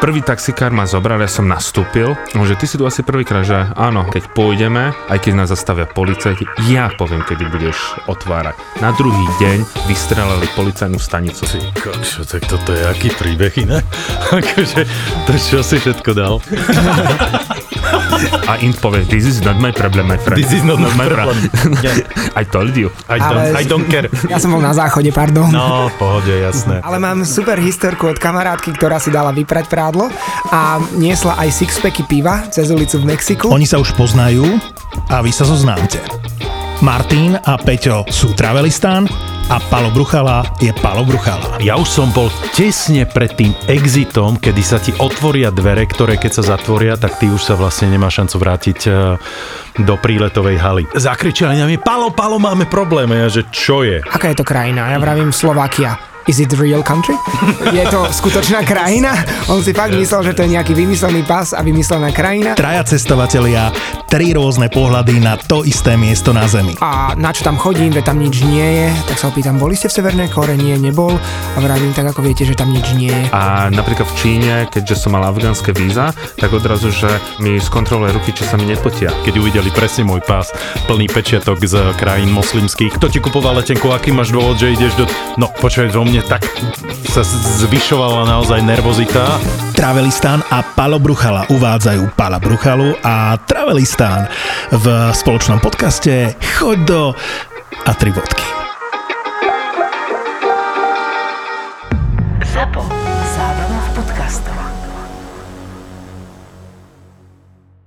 prvý taxikár ma zobral, ja som nastúpil, že ty si tu asi prvýkrát, že áno, keď pôjdeme, aj keď nás zastavia policajti, ja poviem, kedy budeš otvárať. Na druhý deň vystrelali policajnú stanicu. Čo, tak toto je aký príbeh iné? Akože, to čo si všetko dal? A Int povie, this is not my problem, my friend. This is not my problem. I told you. I don't care. Ja som bol na záchode, pardon. No, pohode, jasné. Ale mám super historku od kamarátky, ktorá si dala vyprať prádlo a niesla aj sixpacky piva cez ulicu v Mexiku. Oni sa už poznajú a vy sa zoznámte. Martin a Peťo sú Travelistán a Palo Bruchala je Palo Bruchala. Ja už som bol tesne pred tým exitom, kedy sa ti otvoria dvere, ktoré keď sa zatvoria, tak ty už sa vlastne nemá šancu vrátiť do príletovej haly. Zakričali na mňa, Palo, máme problém. A ja, že čo je? Aká je to krajina? Ja vravím Slovakia. Is it real country? Je to skutočná krajina? On si fakt myslel, že to je nejaký vymyslený pas a vymyslená krajina. Traja cestovatelia, 3 rôzne pohľady na to isté miesto na Zemi. A na čo tam chodím, veď tam nič nie je, tak sa opýtam, boli ste v Severnej Kórei? Nie, nebol. A vravím, tak ako viete, že tam nič nie je. A napríklad v Číne, keďže som mal afgánske víza, tak odrazu, že mi skontroluje ruky, čo sa mi nepotia. Keď uvideli presne môj pás, plný pečiatok z krajín moslimských, kto ti kupoval letenku, aký máš dôvod, že ideš do... No, počuj, do mne tak sa zvyšovala naozaj nervozita. Travelistán a Palo Bruchala uvádzajú Pala Bruchalu a Travelistán v spoločnom podcaste Choď do a 3 bodky.